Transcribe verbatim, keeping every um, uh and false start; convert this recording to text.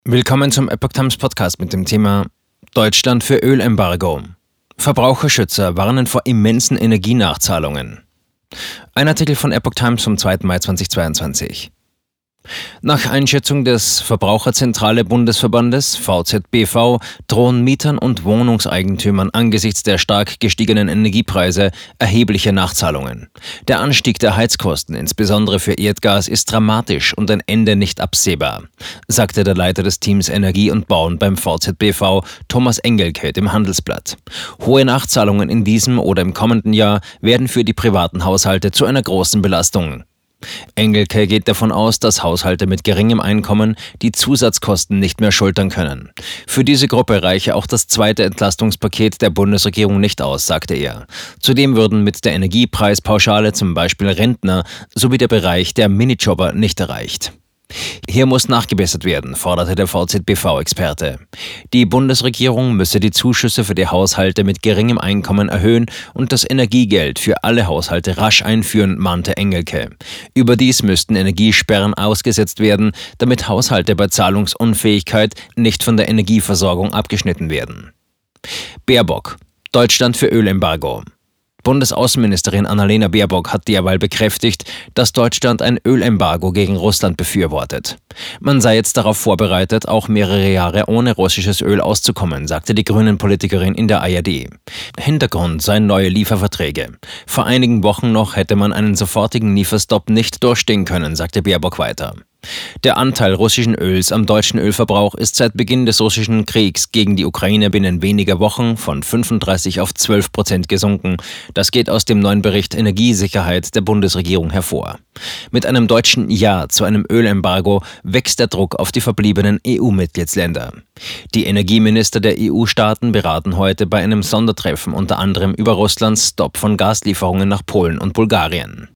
Willkommen zum Epoch Times Podcast mit dem Thema Deutschland für Ölembargo. Verbraucherschützer warnen vor immensen Energienachzahlungen. Ein Artikel von Epoch Times vom zweiten Mai zweitausendzweiundzwanzig. Nach Einschätzung des Verbraucherzentrale Bundesverbandes V Z B V drohen Mietern und Wohnungseigentümern angesichts der stark gestiegenen Energiepreise erhebliche Nachzahlungen. Der Anstieg der Heizkosten, insbesondere für Erdgas, ist dramatisch und ein Ende nicht absehbar, sagte der Leiter des Teams Energie und Bauen beim V Z B V, Thomas Engelke, dem Handelsblatt. Hohe Nachzahlungen in diesem oder im kommenden Jahr werden für die privaten Haushalte zu einer großen Belastung. Engelke geht davon aus, dass Haushalte mit geringem Einkommen die Zusatzkosten nicht mehr schultern können. Für diese Gruppe reiche auch das zweite Entlastungspaket der Bundesregierung nicht aus, sagte er. Zudem würden mit der Energiepreispauschale zum Beispiel Rentner sowie der Bereich der Minijobber nicht erreicht. Hier muss nachgebessert werden, forderte der V Z B V-Experte. Die Bundesregierung müsse die Zuschüsse für die Haushalte mit geringem Einkommen erhöhen und das Energiegeld für alle Haushalte rasch einführen, mahnte Engelke. Überdies müssten Energiesperren ausgesetzt werden, damit Haushalte bei Zahlungsunfähigkeit nicht von der Energieversorgung abgeschnitten werden. Baerbock: Deutschland für Ölembargo. Bundesaußenministerin Annalena Baerbock hat derweil bekräftigt, dass Deutschland ein Ölembargo gegen Russland befürwortet. Man sei jetzt darauf vorbereitet, auch mehrere Jahre ohne russisches Öl auszukommen, sagte die Grünen-Politikerin in der A R D. Hintergrund seien neue Lieferverträge. Vor einigen Wochen noch hätte man einen sofortigen Lieferstopp nicht durchstehen können, sagte Baerbock weiter. Der Anteil russischen Öls am deutschen Ölverbrauch ist seit Beginn des russischen Kriegs gegen die Ukraine binnen weniger Wochen von fünfunddreißig auf zwölf Prozent gesunken. Das geht aus dem neuen Bericht Energiesicherheit der Bundesregierung hervor. Mit einem deutschen Ja zu einem Ölembargo wächst der Druck auf die verbliebenen E U-Mitgliedsländer. Die Energieminister der E U-Staaten beraten heute bei einem Sondertreffen unter anderem über Russlands Stopp von Gaslieferungen nach Polen und Bulgarien.